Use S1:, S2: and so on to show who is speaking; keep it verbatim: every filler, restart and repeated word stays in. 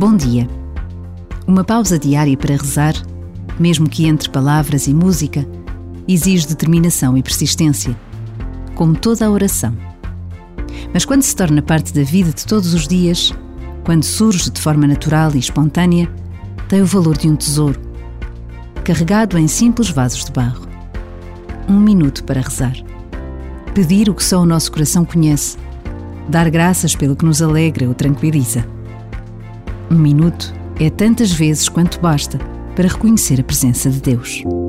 S1: Bom dia. Uma pausa diária para rezar, mesmo que entre palavras e música, exige determinação e persistência, como toda a oração. Mas quando se torna parte da vida de todos os dias, quando surge de forma natural e espontânea, tem o valor de um tesouro, carregado em simples vasos de barro. Um minuto para rezar. Pedir o que só o nosso coração conhece. Dar graças pelo que nos alegra ou tranquiliza. Um minuto é tantas vezes quanto basta para reconhecer a presença de Deus.